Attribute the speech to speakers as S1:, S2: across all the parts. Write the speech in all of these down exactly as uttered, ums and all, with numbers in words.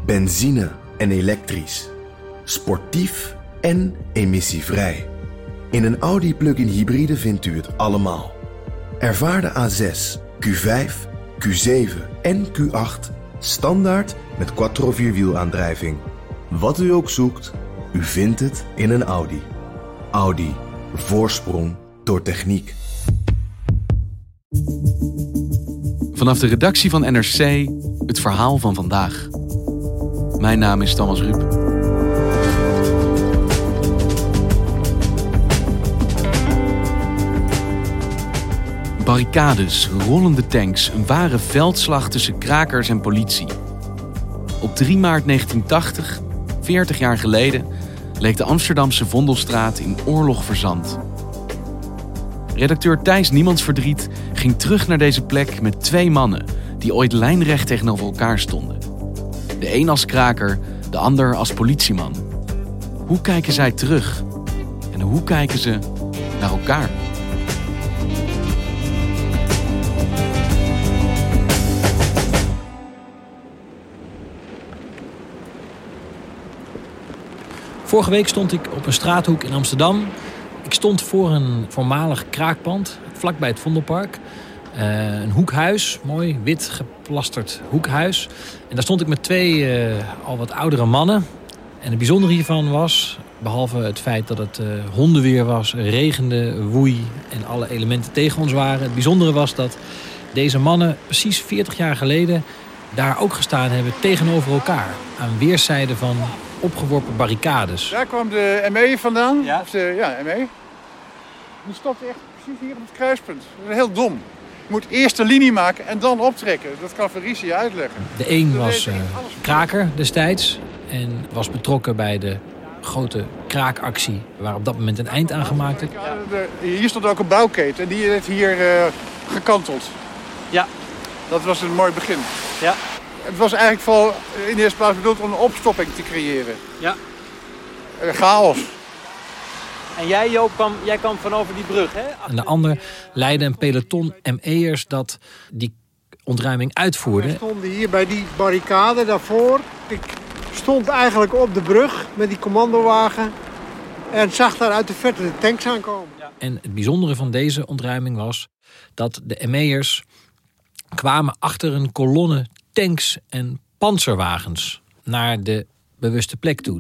S1: Benzine en elektrisch. Sportief en emissievrij. In een Audi plug-in hybride vindt u het allemaal. Ervaar de A zes, Q vijf, Q zeven en Q acht standaard met quattro vierwielaandrijving. Wat u ook zoekt, u vindt het in een Audi. Audi. Voorsprong door techniek.
S2: Vanaf de redactie van N R C, het verhaal van vandaag. Mijn naam is Thomas Ruip. Barricades, rollende tanks, een ware veldslag tussen krakers en politie. Op drie maart negentien tachtig, veertig jaar geleden, leek de Amsterdamse Vondelstraat in oorlog verzand. Redacteur Thijs Niemandsverdriet ging terug naar deze plek met twee mannen die ooit lijnrecht tegenover elkaar stonden. De een als kraker, de ander als politieman. Hoe kijken zij terug? En hoe kijken ze naar elkaar?
S3: Vorige week stond ik op een straathoek in Amsterdam. Ik stond voor een voormalig kraakpand, vlakbij het Vondelpark. Uh, een hoekhuis, mooi wit geplasterd hoekhuis. En daar stond ik met twee uh, al wat oudere mannen. En het bijzondere hiervan was, behalve het feit dat het uh, hondenweer was, regende, woei en alle elementen tegen ons waren. Het bijzondere was dat deze mannen precies veertig jaar geleden daar ook gestaan hebben tegenover elkaar. Aan weerszijden van opgeworpen barricades.
S4: Daar kwam de M E vandaan.
S3: Ja?
S4: Of de, ja, M E. Die stopte echt precies hier op het kruispunt. Dat is heel dom. Je moet eerst de linie maken en dan optrekken. Dat kan Verrice je uitleggen.
S3: De een was uh, kraker destijds en was betrokken bij de grote kraakactie waar op dat moment een eind aan gemaakt werd.
S4: Ja, de, hier stond ook een bouwketen en die heeft hier uh, gekanteld.
S5: Ja.
S4: Dat was een mooi begin.
S5: Ja.
S4: Het was eigenlijk vooral in de eerste plaats bedoeld om een opstopping te creëren.
S5: Ja.
S4: Uh, chaos.
S5: En jij, Joop, kwam, jij kwam van over die brug, hè?
S3: En de ander leidde een peloton M E'ers dat die ontruiming uitvoerde.
S6: We stonden hier bij die barricade daarvoor. Ik stond eigenlijk op de brug met die commandowagen en zag daar uit de verte de tanks aankomen.
S3: Ja. En het bijzondere van deze ontruiming was dat de M E'ers kwamen achter een kolonne tanks en panzerwagens naar de bewuste plek toe.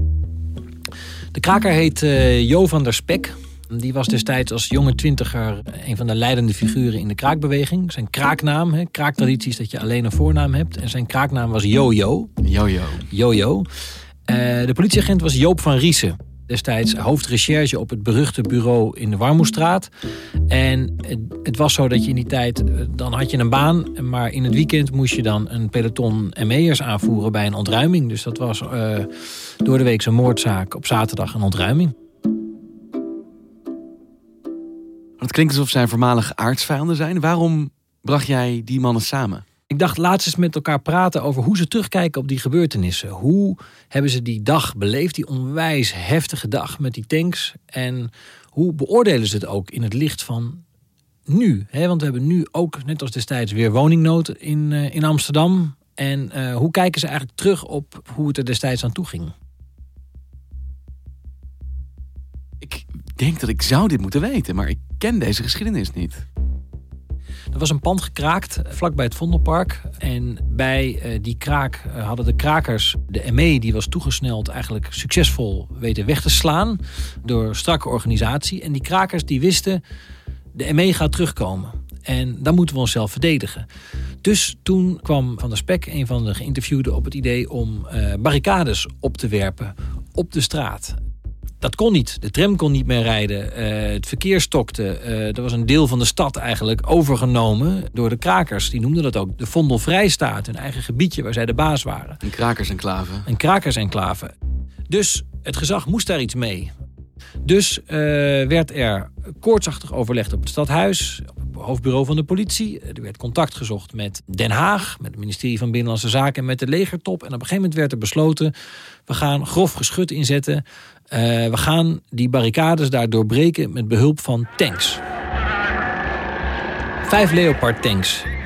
S3: De kraker heet uh, Jo van der Spek. Die was destijds als jonge twintiger een van de leidende figuren in de kraakbeweging. Zijn kraaknaam, hè, kraaktraditie is dat je alleen een voornaam hebt. En zijn kraaknaam was Jojo.
S2: Jojo.
S3: Jojo. Uh, de politieagent was Joop van Riesen. Destijds hoofdrecherche op het beruchte bureau in de Warmoestraat. En het was zo dat je in die tijd, dan had je een baan, maar in het weekend moest je dan een peloton M E'ers aanvoeren bij een ontruiming. Dus dat was uh, door de week een moordzaak, op zaterdag een ontruiming.
S2: Het klinkt alsof zij voormalige aardsvijanden zijn. Waarom bracht jij die mannen samen?
S3: Ik dacht laatst eens met elkaar praten over hoe ze terugkijken op die gebeurtenissen. Hoe hebben ze die dag beleefd, die onwijs heftige dag met die tanks? En hoe beoordelen ze het ook in het licht van nu? Hè? Want we hebben nu ook, net als destijds, weer woningnood in, uh, in Amsterdam. En uh, hoe kijken ze eigenlijk terug op hoe het er destijds aan toe ging?
S2: Ik denk dat ik zou dit moeten weten, maar ik ken deze geschiedenis niet.
S3: Er was een pand gekraakt vlakbij het Vondelpark. En bij uh, die kraak uh, hadden de krakers de M E, die was toegesneld, eigenlijk succesvol weten weg te slaan door strakke organisatie. En die krakers die wisten, de M E gaat terugkomen. En dan moeten we onszelf verdedigen. Dus toen kwam Van der Spek, een van de geïnterviewden, op het idee om uh, barricades op te werpen op de straat. Dat kon niet. De tram kon niet meer rijden. Uh, het verkeer stokte. Uh, er was een deel van de stad eigenlijk overgenomen door de krakers. Die noemden dat ook de Vondelvrijstaat. Hun eigen gebiedje waar zij de baas waren.
S2: Een krakersenclave.
S3: Een krakersenclave. Dus het gezag moest daar iets mee. Dus uh, werd er koortsachtig overlegd op het stadhuis, op het hoofdbureau van de politie. Er werd contact gezocht met Den Haag, met het ministerie van Binnenlandse Zaken en met de legertop. En op een gegeven moment werd er besloten, we gaan grof geschut inzetten. Uh, we gaan die barricades daar doorbreken met behulp van tanks. Vijf Leopard tanks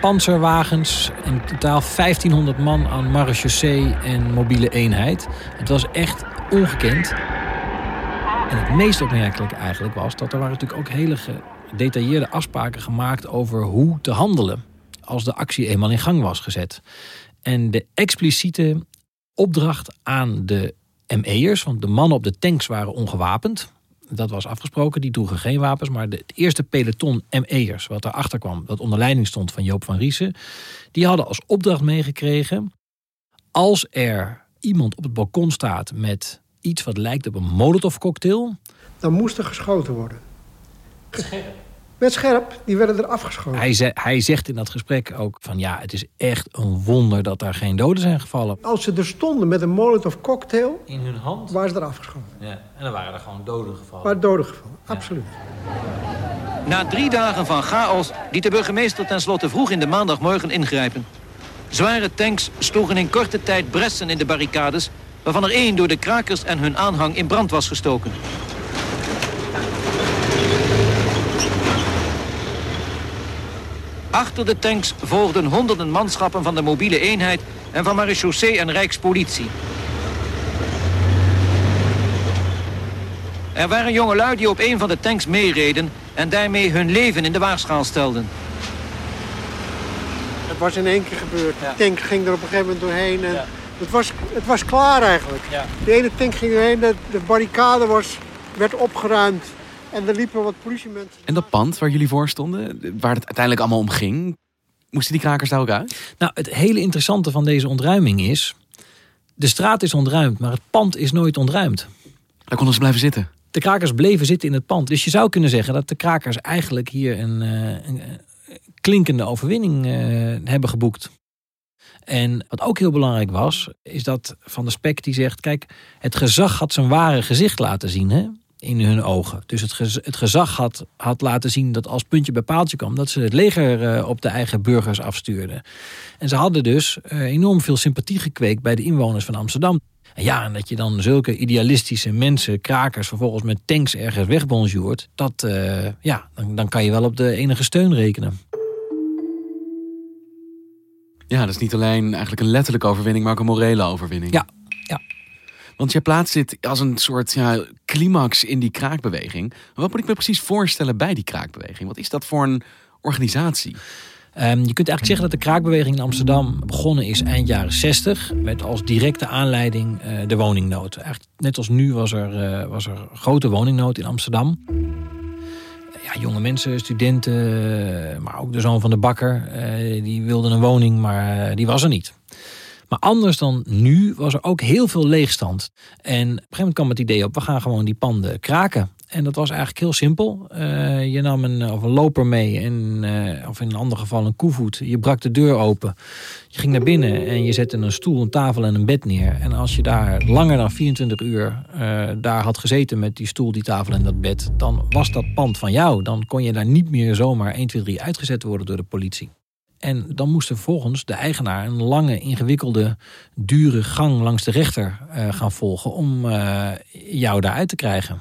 S3: panzerwagens. In totaal vijftienhonderd man aan marechaussee en mobiele eenheid. Het was echt ongekend. En het meest opmerkelijke eigenlijk was dat er waren natuurlijk ook hele gedetailleerde afspraken gemaakt over hoe te handelen als de actie eenmaal in gang was gezet. En de expliciete opdracht aan de M E'ers, want de mannen op de tanks waren ongewapend. Dat was afgesproken, die droegen geen wapens. Maar de, het eerste peloton M E'ers, wat daarachter kwam, dat onder leiding stond van Joop van Riesen, die hadden als opdracht meegekregen: als er iemand op het balkon staat met iets wat lijkt op een molotovcocktail,
S6: dan moest er geschoten worden. Scherp. Met scherp, die werden er afgeschoten.
S3: Hij, ze, hij zegt in dat gesprek ook van ja, het is echt een wonder dat daar geen doden zijn gevallen.
S6: Als ze er stonden met een Molotov-cocktail
S3: in hun hand,
S6: waren ze er afgeschoten.
S3: Ja, en dan waren er gewoon doden gevallen.
S6: Waren doden gevallen, ja. Absoluut.
S7: Na drie dagen van chaos liet de burgemeester tenslotte vroeg in de maandagmorgen ingrijpen. Zware tanks sloegen in korte tijd bressen in de barricades, waarvan er één door de krakers en hun aanhang in brand was gestoken. Achter de tanks volgden honderden manschappen van de mobiele eenheid en van marechaussee en rijkspolitie. Er waren jongelui die op een van de tanks meereden en daarmee hun leven in de waagschaal stelden.
S6: Het was in één keer gebeurd. De tank ging er op een gegeven moment doorheen. En ja. het, was, het was klaar eigenlijk. Ja. De ene tank ging doorheen, de, de barricade was, werd opgeruimd. En er liepen wat politiemensen.
S2: En dat pand waar jullie voor stonden, waar het uiteindelijk allemaal om ging, moesten die krakers daar ook uit?
S3: Nou, het hele interessante van deze ontruiming is, de straat is ontruimd, maar het pand is nooit ontruimd.
S2: Daar konden ze blijven zitten?
S3: De krakers bleven zitten in het pand. Dus je zou kunnen zeggen dat de krakers eigenlijk hier een, een, een klinkende overwinning uh, hebben geboekt. En wat ook heel belangrijk was, is dat Van der Spek die zegt, kijk, het gezag had zijn ware gezicht laten zien, hè? In hun ogen. Dus het, gez, het gezag had, had laten zien dat als puntje bij paaltje kwam, dat ze het leger uh, op de eigen burgers afstuurden. En ze hadden dus uh, enorm veel sympathie gekweekt bij de inwoners van Amsterdam. En ja, en dat je dan zulke idealistische mensen, krakers, vervolgens met tanks ergens wegbonjourd, dat, uh, ja, dan, dan kan je wel op de enige steun rekenen.
S2: Ja, dat is niet alleen eigenlijk een letterlijke overwinning, maar ook een morele overwinning.
S3: Ja, ja.
S2: Want jij plaatst dit als een soort ja, climax in die kraakbeweging. Maar wat moet ik me precies voorstellen bij die kraakbeweging? Wat is dat voor een organisatie?
S3: Um, je kunt eigenlijk zeggen dat de kraakbeweging in Amsterdam begonnen is eind jaren zestig. Met als directe aanleiding uh, de woningnood. Eigenlijk net als nu was er, uh, was er grote woningnood in Amsterdam. Ja, jonge mensen, studenten, maar ook de zoon van de bakker. Uh, die wilden een woning, maar uh, die was er niet. Maar anders dan nu was er ook heel veel leegstand. En op een gegeven moment kwam het idee op, we gaan gewoon die panden kraken. En dat was eigenlijk heel simpel. Uh, je nam een, of een loper mee, en, uh, of in een ander geval een koevoet. Je brak de deur open. Je ging naar binnen en je zette een stoel, een tafel en een bed neer. En als je daar langer dan vierentwintig uur uh, daar had gezeten met die stoel, die tafel en dat bed, dan was dat pand van jou. Dan kon je daar niet meer zomaar één, twee, drie uitgezet worden door de politie. En dan moest er volgens de eigenaar een lange, ingewikkelde, dure gang langs de rechter uh, gaan volgen om uh, jou daaruit te krijgen.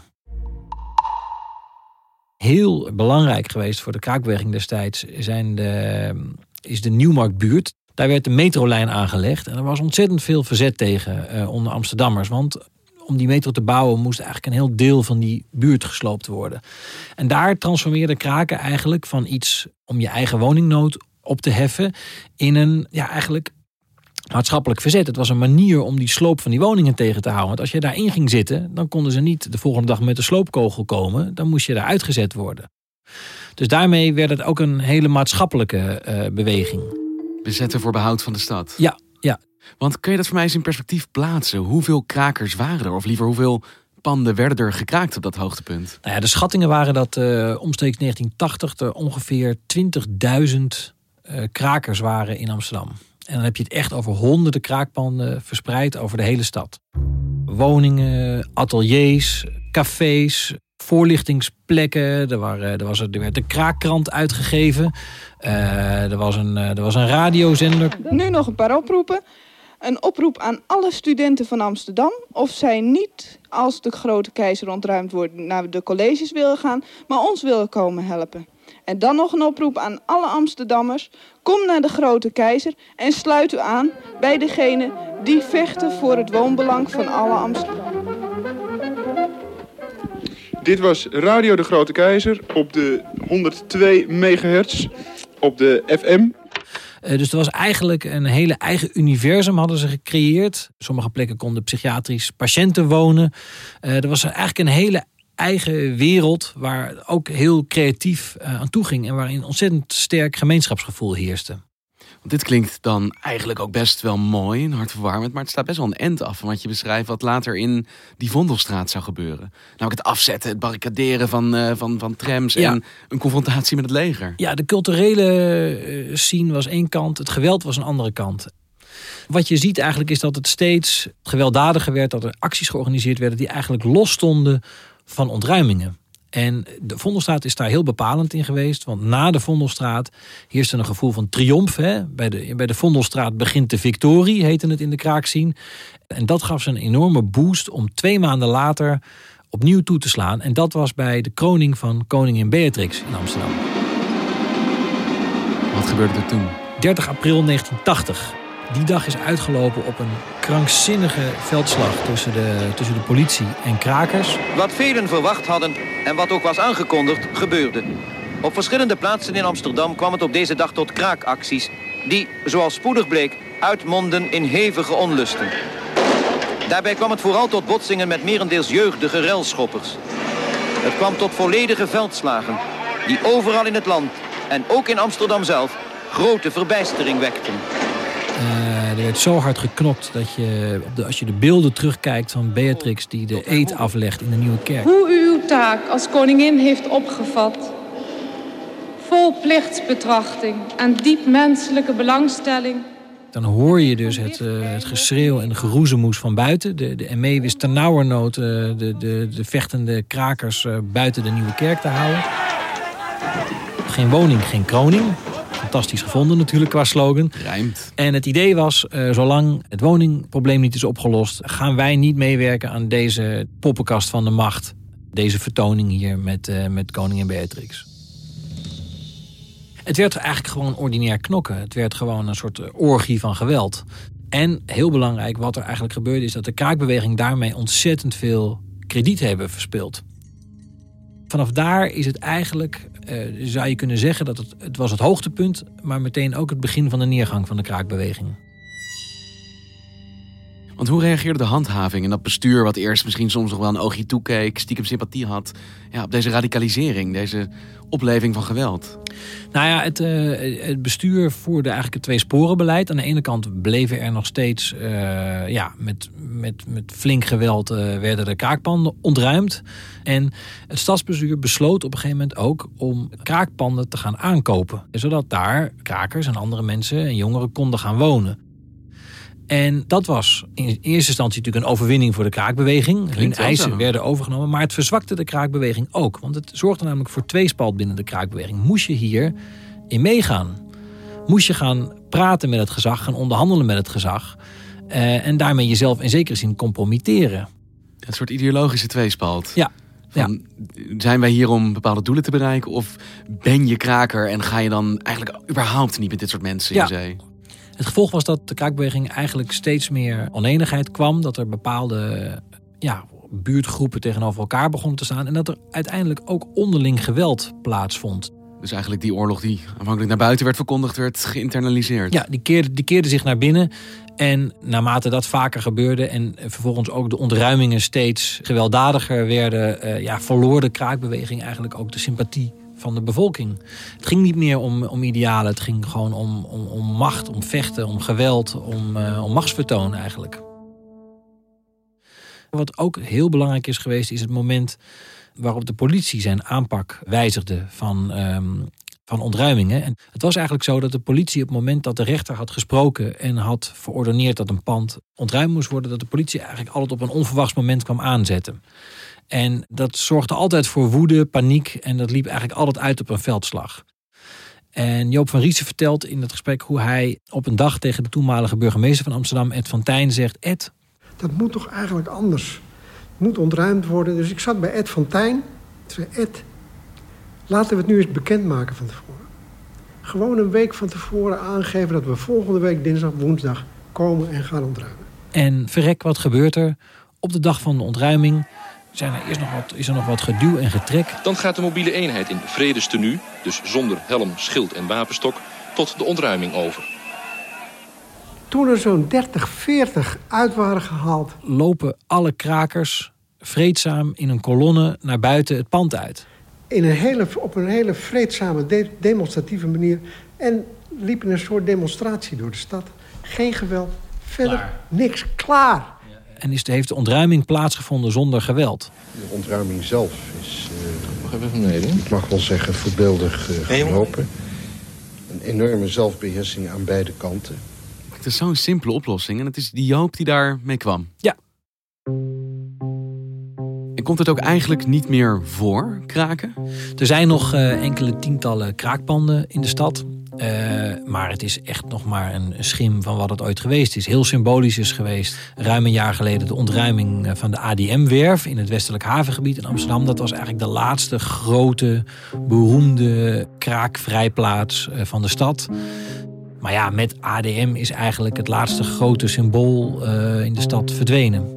S3: Heel belangrijk geweest voor de kraakbeweging destijds zijn de, is de Nieuwmarktbuurt. Daar werd de metrolijn aangelegd en er was ontzettend veel verzet tegen uh, onder Amsterdammers. Want om die metro te bouwen moest eigenlijk een heel deel van die buurt gesloopt worden. En daar transformeerde kraken eigenlijk van iets om je eigen woningnood op te heffen in een, ja, eigenlijk maatschappelijk verzet. Het was een manier om die sloop van die woningen tegen te houden. Want als je daarin ging zitten, dan konden ze niet de volgende dag met de sloopkogel komen. Dan moest je daar uitgezet worden. Dus daarmee werd het ook een hele maatschappelijke uh, beweging.
S2: Bezetten voor behoud van de stad.
S3: Ja, ja.
S2: Want kun je dat voor mij eens in perspectief plaatsen? Hoeveel krakers waren er? Of liever, hoeveel panden werden er gekraakt op dat hoogtepunt?
S3: Nou ja, de schattingen waren dat uh, omstreeks negentien tachtig er ongeveer twintigduizend uh, krakers waren in Amsterdam. En dan heb je het echt over honderden kraakpanden verspreid over de hele stad. Woningen, ateliers, cafés, voorlichtingsplekken. Er, waren, er, was, er werd een kraakkrant uitgegeven. Uh, er, was een, er was een radiozender.
S8: Nu nog een paar oproepen. Een oproep aan alle studenten van Amsterdam. Of zij niet, als de Grote Keizer ontruimd wordt, naar de colleges willen gaan, maar ons willen komen helpen. En dan nog een oproep aan alle Amsterdammers. Kom naar de Grote Keizer en sluit u aan bij degenen die vechten voor het woonbelang van alle Amsterdammers.
S9: Dit was Radio de Grote Keizer op de honderdtwee megahertz op de F M.
S3: Uh, dus er was eigenlijk een hele eigen universum hadden ze gecreëerd. Sommige plekken konden psychiatrisch patiënten wonen. Uh, er was eigenlijk een hele eigen wereld waar ook heel creatief uh, aan toe ging. En waarin ontzettend sterk gemeenschapsgevoel heerste.
S2: Want dit klinkt dan eigenlijk ook best wel mooi en hartverwarmend. Maar het staat best wel een end af van wat je beschrijft wat later in die Vondelstraat zou gebeuren. Nou, het afzetten, het barricaderen van, uh, van, van trams ja. en een confrontatie met het leger.
S3: Ja, de culturele uh, scene was één kant, het geweld was een andere kant. Wat je ziet eigenlijk is dat het steeds gewelddadiger werd, dat er acties georganiseerd werden die eigenlijk los stonden van ontruimingen. En de Vondelstraat is daar heel bepalend in geweest. Want na de Vondelstraat heerste een gevoel van triomf. Hè? Bij, de, bij de Vondelstraat begint de victorie, heette het in de kraakscene. En dat gaf ze een enorme boost om twee maanden later opnieuw toe te slaan. En dat was bij de kroning van koningin Beatrix in Amsterdam.
S2: Wat gebeurde er toen?
S3: dertig april negentien tachtig. Die dag is uitgelopen op een krankzinnige veldslag tussen de, tussen de politie en krakers.
S7: Wat velen verwacht hadden en wat ook was aangekondigd, gebeurde. Op verschillende plaatsen in Amsterdam kwam het op deze dag tot kraakacties die, zoals spoedig bleek, uitmondden in hevige onlusten. Daarbij kwam het vooral tot botsingen met merendeels jeugdige relschoppers. Het kwam tot volledige veldslagen die overal in het land en ook in Amsterdam zelf grote verbijstering wekten.
S3: Uh, er werd zo hard geknokt dat je, op de, als je de beelden terugkijkt van Beatrix die de eed aflegt in de Nieuwe Kerk.
S10: Hoe u uw taak als koningin heeft opgevat. Vol plichtsbetrachting en diep menselijke belangstelling.
S3: Dan hoor je dus het, uh, het geschreeuw en de geroezemoes van buiten. De, de M E wist ternauwernood uh, de, de, de vechtende krakers uh, buiten de Nieuwe Kerk te houden. Geen woning, geen kroning. Fantastisch gevonden natuurlijk qua slogan.
S2: Rijmt.
S3: En het idee was, uh, zolang het woningprobleem niet is opgelost, gaan wij niet meewerken aan deze poppenkast van de macht. Deze vertoning hier met, uh, met koningin Beatrix. Het werd eigenlijk gewoon ordinair knokken. Het werd gewoon een soort orgie van geweld. En heel belangrijk, wat er eigenlijk gebeurde, is dat de kraakbeweging daarmee ontzettend veel krediet hebben verspild. Vanaf daar is het eigenlijk, uh, zou je kunnen zeggen dat het, het was het hoogtepunt, maar meteen ook het begin van de neergang van de kraakbeweging.
S2: Want hoe reageerde de handhaving en dat bestuur, wat eerst misschien soms nog wel een oogje toekeek, stiekem sympathie had, ja, op deze radicalisering, deze opleving van geweld?
S3: Nou ja, het, uh, het bestuur voerde eigenlijk het tweesporenbeleid. Aan de ene kant bleven er nog steeds, uh, ja, met, met, met flink geweld uh, werden de kraakpanden ontruimd. En het stadsbestuur besloot op een gegeven moment ook om kraakpanden te gaan aankopen. Zodat daar krakers en andere mensen en jongeren konden gaan wonen. En dat was in eerste instantie natuurlijk een overwinning voor de kraakbeweging. Hun eisen werden overgenomen, maar het verzwakte de kraakbeweging ook. Want het zorgde namelijk voor tweespalt binnen de kraakbeweging. Moest je hier in meegaan? Moest je gaan praten met het gezag, gaan onderhandelen met het gezag. Uh, en daarmee jezelf in zekere zin compromitteren.
S2: Een soort ideologische tweespalt.
S3: Ja.
S2: Van, ja. Zijn wij hier om bepaalde doelen te bereiken? Of ben je kraker en ga je dan eigenlijk überhaupt niet met dit soort mensen in
S3: ja.
S2: zee?
S3: Het gevolg was dat de kraakbeweging eigenlijk steeds meer oneenigheid kwam. Dat er bepaalde ja, buurtgroepen tegenover elkaar begonnen te staan. En dat er uiteindelijk ook onderling geweld plaatsvond.
S2: Dus eigenlijk die oorlog die aanvankelijk naar buiten werd verkondigd, werd geïnternaliseerd.
S3: Ja, die keerde, die keerde zich naar binnen. En naarmate dat vaker gebeurde en vervolgens ook de ontruimingen steeds gewelddadiger werden, uh, ja, verloor de kraakbeweging eigenlijk ook de sympathie van de bevolking. Het ging niet meer om, om idealen. Het ging gewoon om, om, om macht, om vechten, om geweld, om, uh, om machtsvertoon eigenlijk. Wat ook heel belangrijk is geweest, is het moment waarop de politie zijn aanpak wijzigde van, um, van ontruimingen. En het was eigenlijk zo dat de politie op het moment dat de rechter had gesproken en had verordoneerd dat een pand ontruimd moest worden, dat de politie eigenlijk altijd op een onverwachts moment kwam aanzetten. En dat zorgde altijd voor woede, paniek en dat liep eigenlijk altijd uit op een veldslag. En Joop van Riesen vertelt in het gesprek hoe hij op een dag tegen de toenmalige burgemeester van Amsterdam, Ed van Tijn, zegt: Ed,
S6: dat moet toch eigenlijk anders? Het moet ontruimd worden. Dus ik zat bij Ed van Tijn. Ik zei: Ed, Laten we het nu eens bekendmaken van tevoren. Gewoon een week van tevoren aangeven dat we volgende week dinsdag, woensdag komen en gaan ontruimen.
S3: En verrek, wat gebeurt er? Op de dag van de ontruiming zijn er eerst nog wat, is er nog wat geduw en getrek.
S11: Dan gaat de mobiele eenheid in vredestenu, dus zonder helm, schild en wapenstok, tot de ontruiming over.
S6: Toen er zo'n dertig, veertig uit waren gehaald,
S3: lopen alle krakers vreedzaam in een kolonne naar buiten het pand uit.
S6: In een hele, op een hele vreedzame, de- demonstratieve manier. En liepen een soort demonstratie door de stad. Geen geweld, verder klaar. Niks, klaar.
S3: En is de, heeft de ontruiming plaatsgevonden zonder geweld?
S12: De ontruiming zelf is, uh, ik mag wel zeggen, voorbeeldig uh, gelopen. Een enorme zelfbeheersing aan beide kanten.
S2: Het is zo'n simpele oplossing en het is die Joop die daarmee kwam.
S3: Ja.
S2: En komt het ook eigenlijk niet meer voor, kraken?
S3: Er zijn nog uh, enkele tientallen kraakpanden in de stad. Uh, maar het is echt nog maar een schim van wat het ooit geweest is. Heel symbolisch is geweest ruim een jaar geleden de ontruiming van de A D M-werf in het westelijk havengebied in Amsterdam. Dat was eigenlijk de laatste grote, beroemde kraakvrijplaats van de stad. Maar ja, met A D M is eigenlijk het laatste grote symbool uh, in de stad verdwenen.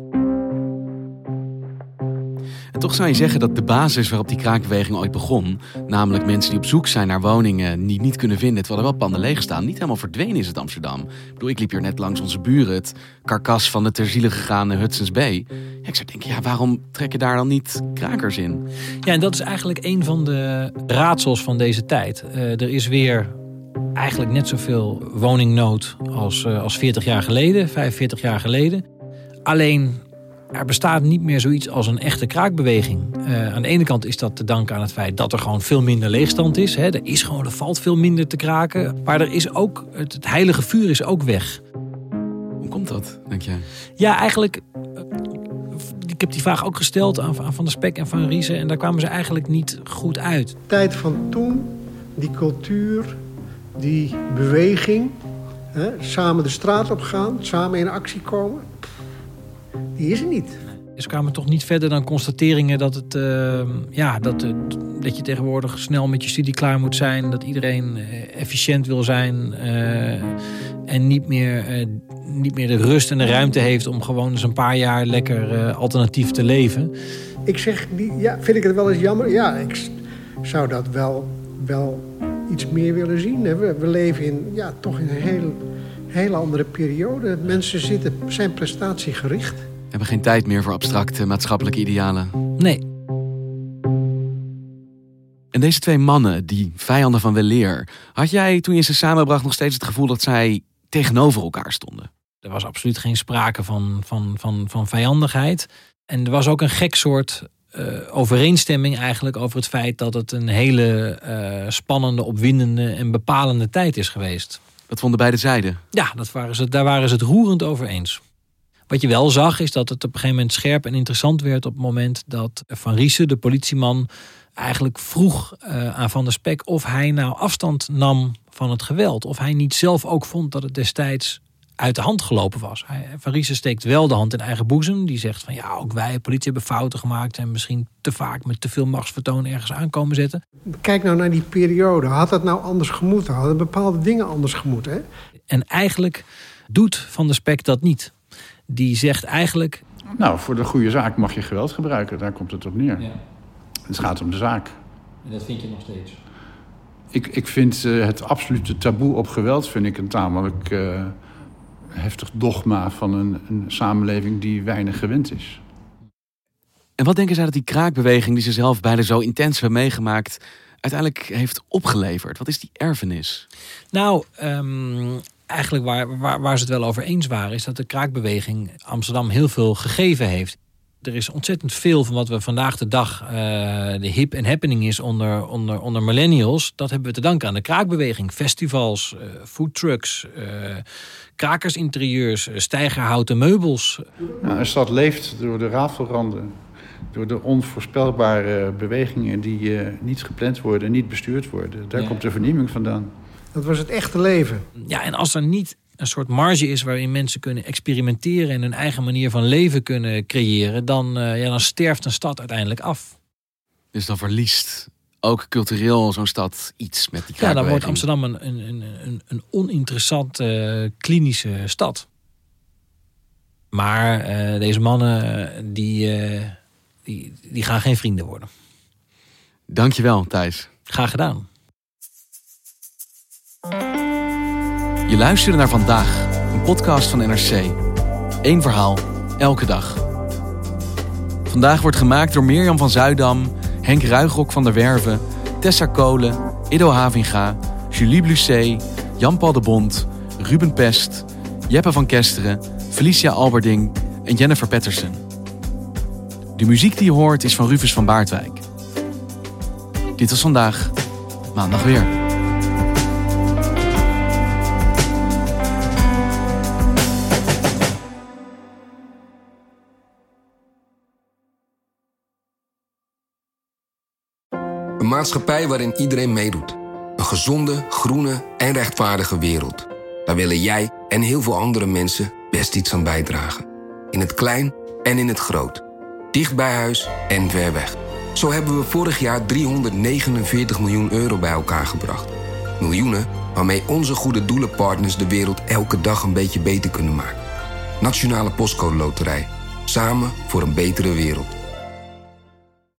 S2: En toch zou je zeggen dat de basis waarop die kraakbeweging ooit begon, namelijk mensen die op zoek zijn naar woningen die niet kunnen vinden, terwijl er wel panden leeg staan, niet helemaal verdwenen is het Amsterdam. Ik bedoel, ik liep hier net langs onze buren, het karkas van de ter ziele gegaane Hudson's Bay. Ja, ik zou denken, ja, waarom trek je daar dan niet krakers in?
S3: Ja, en dat is eigenlijk een van de raadsels van deze tijd. Uh, er is weer eigenlijk net zoveel woningnood als, uh, als veertig jaar geleden, vijfenveertig jaar geleden. Alleen, er bestaat niet meer zoiets als een echte kraakbeweging. Uh, aan de ene kant is dat te danken aan het feit dat er gewoon veel minder leegstand is. Hè. Er is gewoon, er valt veel minder te kraken. Maar er is ook, het, het heilige vuur is ook weg.
S2: Hoe komt dat, denk jij?
S3: Ja, eigenlijk, ik heb die vraag ook gesteld aan, aan Van der Spek en Van Riesen. En daar kwamen ze eigenlijk niet goed uit.
S6: De tijd van toen, die cultuur, die beweging, hè, samen de straat op gaan, samen in actie komen, die is er niet.
S3: Ze kwamen toch niet verder dan constateringen dat, het, uh, ja, dat, uh, dat je tegenwoordig snel met je studie klaar moet zijn. Dat iedereen uh, efficiënt wil zijn. Uh, en niet meer, uh, niet meer de rust en de ruimte heeft om gewoon eens een paar jaar lekker uh, alternatief te leven.
S6: Ik zeg, ja, vind ik het wel eens jammer? Ja, ik zou dat wel, wel iets meer willen zien. We, we leven in, ja, toch in een heel, hele andere periode. Mensen zitten, zijn prestatiegericht.
S2: We hebben geen tijd meer voor abstracte maatschappelijke idealen.
S3: Nee.
S2: En deze twee mannen, die vijanden van weleer, had jij toen je ze samenbracht nog steeds het gevoel dat zij tegenover elkaar stonden?
S3: Er was absoluut geen sprake van, van, van, van vijandigheid. En er was ook een gek soort uh, overeenstemming eigenlijk over het feit dat het een hele uh, spannende, opwindende en bepalende tijd is geweest.
S2: Dat vonden beide zijden?
S3: Ja, dat waren ze, daar waren ze het roerend over eens. Wat je wel zag is dat het op een gegeven moment scherp en interessant werd op het moment dat Van Riesen, de politieman, eigenlijk vroeg uh, aan Van der Spek of hij nou afstand nam van het geweld. Of hij niet zelf ook vond dat het destijds uit de hand gelopen was. Hij, Van Riesen steekt wel de hand in eigen boezem. Die zegt van ja, ook wij, politie, hebben fouten gemaakt en misschien te vaak met te veel machtsvertoon ergens aankomen zetten.
S6: Kijk nou naar die periode. Had dat nou anders gemoeten? Hadden bepaalde dingen anders gemoeten? Hè?
S3: En eigenlijk doet Van der Spek dat niet. Die zegt eigenlijk...
S13: Nou, voor de goede zaak mag je geweld gebruiken. Daar komt het op neer. Ja. Het gaat om de zaak.
S3: En dat vind je nog steeds?
S13: Ik, ik vind uh, het absolute taboe op geweld vind ik een tamelijk uh, heftig dogma van een, een samenleving die weinig gewend is.
S2: En wat denken zij dat die kraakbeweging die ze zelf beide zo intens hebben meegemaakt uiteindelijk heeft opgeleverd? Wat is die erfenis?
S3: Nou, um, eigenlijk waar, waar, waar ze het wel over eens waren, is dat de kraakbeweging Amsterdam heel veel gegeven heeft. Er is ontzettend veel van wat we vandaag de dag uh, de hip en happening is onder, onder, onder millennials. Dat hebben we te danken aan de kraakbeweging. Festivals, uh, foodtrucks, uh, krakersinterieurs, uh, steigerhouten meubels.
S13: Nou, een stad leeft door de rafelranden. Door de onvoorspelbare bewegingen die uh, niet gepland worden en niet bestuurd worden. Daar ja. komt de vernieuwing vandaan.
S6: Dat was het echte leven.
S3: Ja, en als er niet een soort marge is waarin mensen kunnen experimenteren en hun eigen manier van leven kunnen creëren, dan, uh, ja, dan sterft een stad uiteindelijk af.
S2: Dus dan verliest ook cultureel zo'n stad iets met die kraakbeweging.
S3: Ja, dan wordt Amsterdam een, een, een, een oninteressante uh, klinische stad. Maar uh, deze mannen, die, uh, die, die gaan geen vrienden worden.
S2: Dankjewel, Thijs.
S3: Graag gedaan.
S2: Je luisterde naar Vandaag, een podcast van N R C. Eén verhaal, elke dag. Vandaag wordt gemaakt door Mirjam van Zuidam, Henk Ruigrok van der Werven, Tessa Kolen, Ido Havinga, Julie Blusset, Jan-Paul de Bond, Ruben Pest, Jeppe van Kesteren, Felicia Alberding en Jennifer Patterson. De muziek die je hoort is van Rufus van Baardwijk. Dit was Vandaag, maandag weer.
S14: Een maatschappij waarin iedereen meedoet. Een gezonde, groene en rechtvaardige wereld. Daar willen jij en heel veel andere mensen best iets aan bijdragen. In het klein en in het groot. Dicht bij huis en ver weg. Zo hebben we vorig jaar driehonderdnegenenveertig miljoen euro bij elkaar gebracht. Miljoenen waarmee onze goede doelenpartners de wereld elke dag een beetje beter kunnen maken. Nationale Postcode Loterij. Samen voor een betere wereld.